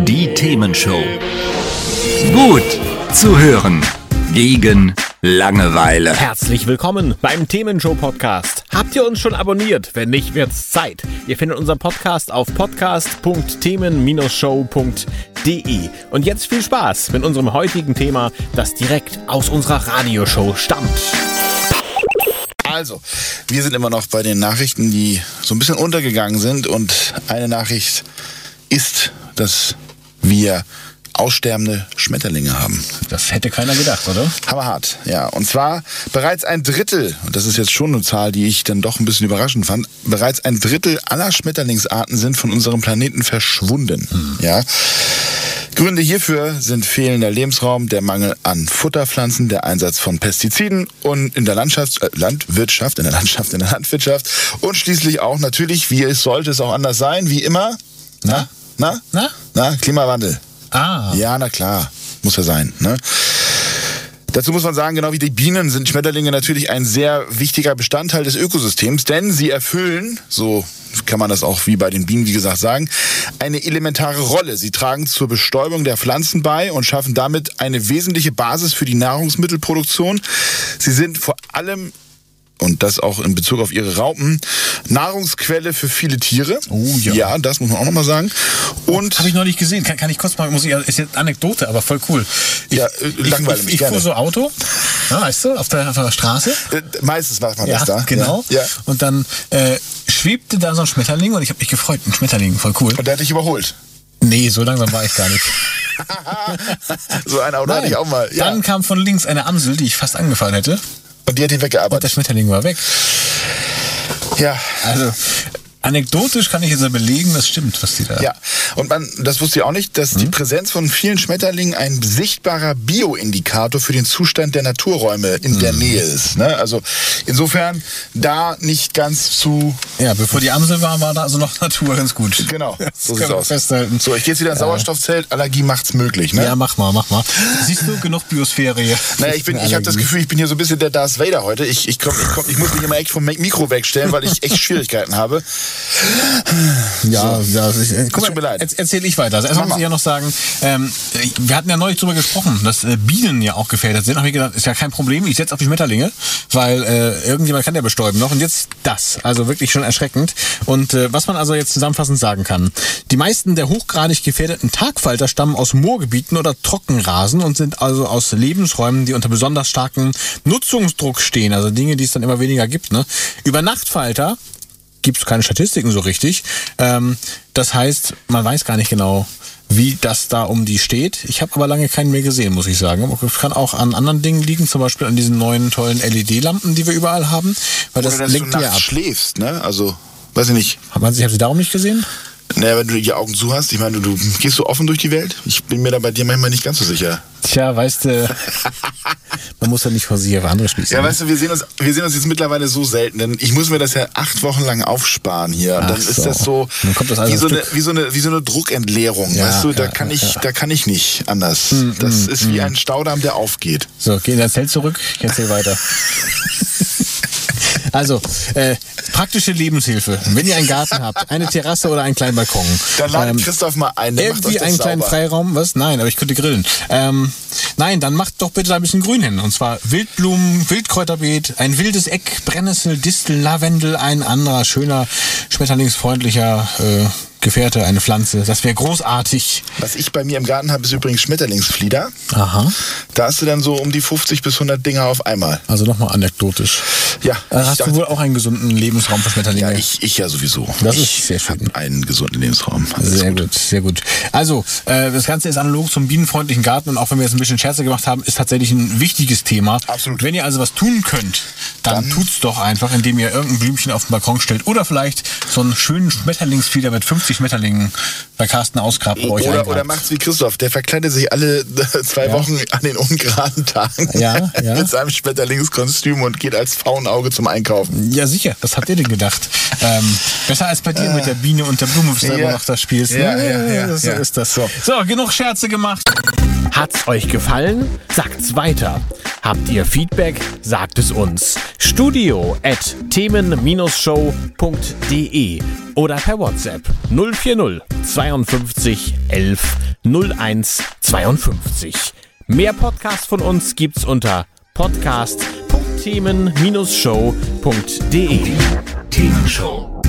Die Themenshow. Gut zu hören. Gegen Langeweile. Herzlich willkommen beim Themenshow-Podcast. Habt ihr uns schon abonniert? Wenn nicht, wird's Zeit. Ihr findet unseren Podcast auf podcast.themen-show.de. Und jetzt viel Spaß mit unserem heutigen Thema, das direkt aus unserer Radioshow stammt. Also, wir sind immer noch bei den Nachrichten, die so ein bisschen untergegangen sind. Und eine Nachricht ist, dass wir aussterbende Schmetterlinge haben. Das hätte keiner gedacht, oder? Hammerhart, ja. Und zwar bereits ein Drittel, und das ist jetzt schon eine Zahl, die ich dann doch ein bisschen überraschend fand, bereits ein Drittel aller Schmetterlingsarten sind von unserem Planeten verschwunden. Ja. Gründe hierfür sind fehlender Lebensraum, der Mangel an Futterpflanzen, der Einsatz von Pestiziden und in der Landwirtschaft und schließlich auch natürlich, wie es sollte es auch anders sein, wie immer, Klimawandel. Ah. Ja, na klar, muss ja sein, ne? Dazu muss man sagen, genau wie die Bienen sind Schmetterlinge natürlich ein sehr wichtiger Bestandteil des Ökosystems, denn sie erfüllen, so kann man das auch wie bei den Bienen, wie gesagt, sagen, eine elementare Rolle. Sie tragen zur Bestäubung der Pflanzen bei und schaffen damit eine wesentliche Basis für die Nahrungsmittelproduktion. Sie sind vor allem, und das auch in Bezug auf ihre Raupen, Nahrungsquelle für viele Tiere. Oh ja. Ja, das muss man auch nochmal sagen. Und habe ich noch nicht gesehen. Kann ich kurz mal, ist jetzt Anekdote, aber voll cool. Ich fuhr so Auto, ja, weißt du, auf der Straße. Meistens macht man das da. Genau. Ja. Und dann schwebte da so ein Schmetterling und ich habe mich gefreut. Ein Schmetterling, voll cool. Und der hat dich überholt. Nee, so langsam war ich gar nicht. So ein Auto hatte ich auch mal. Ja. Dann kam von links eine Amsel, die ich fast angefahren hätte. Und die hat ihn Und weggearbeitet. der Schmetterling war weg. Ja. Also, anekdotisch kann ich jetzt belegen, das stimmt, was die da... Ja, und das wusste ich auch nicht, dass die Präsenz von vielen Schmetterlingen ein sichtbarer Bioindikator für den Zustand der Naturräume in der Nähe ist. Ne? Also insofern da nicht ganz zu... Ja, bevor die Amsel war da also noch Natur ganz gut. Genau, so sieht's aus. Festhalten. So, ich gehe jetzt wieder ins Sauerstoffzelt, Allergie macht's möglich. Ne? Ja, mach mal. Siehst du, genug Biosphäre hier. Naja, ich habe das Gefühl, ich bin hier so ein bisschen der Darth Vader heute. Ich muss mich immer echt vom Mikro wegstellen, weil ich echt Schwierigkeiten habe. Ja, tut mir leid. Erzähle ich weiter. Also erstmal muss ich ja noch sagen, wir hatten ja neulich drüber gesprochen, dass Bienen ja auch gefährdet sind. Da habe ich gedacht, ist ja kein Problem, ich setze auf die Schmetterlinge, weil irgendjemand kann ja bestäuben noch. Und jetzt das, also wirklich schon erschreckend. Und was man also jetzt zusammenfassend sagen kann, die meisten der hochgradig gefährdeten Tagfalter stammen aus Moorgebieten oder Trockenrasen und sind also aus Lebensräumen, die unter besonders starkem Nutzungsdruck stehen, also Dinge, die es dann immer weniger gibt. Ne? Über Nachtfalter gibt es keine Statistiken so richtig. Das heißt, man weiß gar nicht genau, wie das da um die steht. Ich habe aber lange keinen mehr gesehen, muss ich sagen. Das kann auch an anderen Dingen liegen, zum Beispiel an diesen neuen tollen LED-Lampen, die wir überall haben. Weil das lenkt du ja nachts ab. Schläfst, ne? Also, weiß ich nicht. Haben Sie darum nicht gesehen? Naja, wenn du die Augen zu hast, ich meine, du gehst so offen durch die Welt? Ich bin mir da bei dir manchmal nicht ganz so sicher. Tja, weißt du, man muss ja nicht vor sich auf andere schließen. Ja, weißt du, wir sehen uns jetzt mittlerweile so selten, denn ich muss mir das ja 8 Wochen lang aufsparen hier. Und dann ist das so, dann kommt das alles wie so eine Druckentleerung, ja, weißt du? Da ja, kann ich nicht anders. Das ist wie ein Staudamm, der aufgeht. So, geh in dein Zelt zurück, ich erzähl weiter. Also, praktische Lebenshilfe. Wenn ihr einen Garten habt, eine Terrasse oder einen kleinen Balkon. Dann ladet Christoph mal ein, der macht euch irgendwie das einen sauber. kleinen Freiraum. Was? Nein, aber ich könnte grillen. Nein, dann macht doch bitte da ein bisschen Grün hin. Und zwar Wildblumen, Wildkräuterbeet, ein wildes Eck, Brennnessel, Distel, Lavendel, ein anderer schöner, schmetterlingsfreundlicher Gefährte, eine Pflanze. Das wäre großartig. Was ich bei mir im Garten habe, ist übrigens Schmetterlingsflieder. Aha. Da hast du dann so um die 50 bis 100 Dinger auf einmal. Also nochmal anekdotisch. Ja. Hast du wohl auch einen gesunden Lebensraum für Schmetterlinge? Ja, ich ja sowieso. Das ist sehr schön. Ich habe einen gesunden Lebensraum. Sehr gut, sehr gut. Also, das Ganze ist analog zum bienenfreundlichen Garten und auch wenn wir jetzt ein bisschen Scherze gemacht haben, ist tatsächlich ein wichtiges Thema. Absolut. Wenn ihr also was tun könnt, dann tut's doch einfach, indem ihr irgendein Blümchen auf den Balkon stellt oder vielleicht so einen schönen Schmetterlingsflieder mit 50 Schmetterlingen bei Carsten ausgrabt bei euch. Oder macht's wie Christoph, der verkleidet sich alle 2 Wochen an den ungeraden Tagen mit seinem Schmetterlingskostüm und geht als Faunauge zum Einkaufen. Ja, sicher, das habt ihr denn gedacht. Besser als bei dir mit der Biene und der Blume, was du immer noch da spielst. Ja, So ist das. So, genug Scherze gemacht. Hat's euch gefallen? Sagt's weiter. Habt ihr Feedback? Sagt es uns. studio@themen-show.de oder per WhatsApp 040 52 11 01 52. Mehr Podcasts von uns gibt's unter podcast.themen-show.de. Themenshow.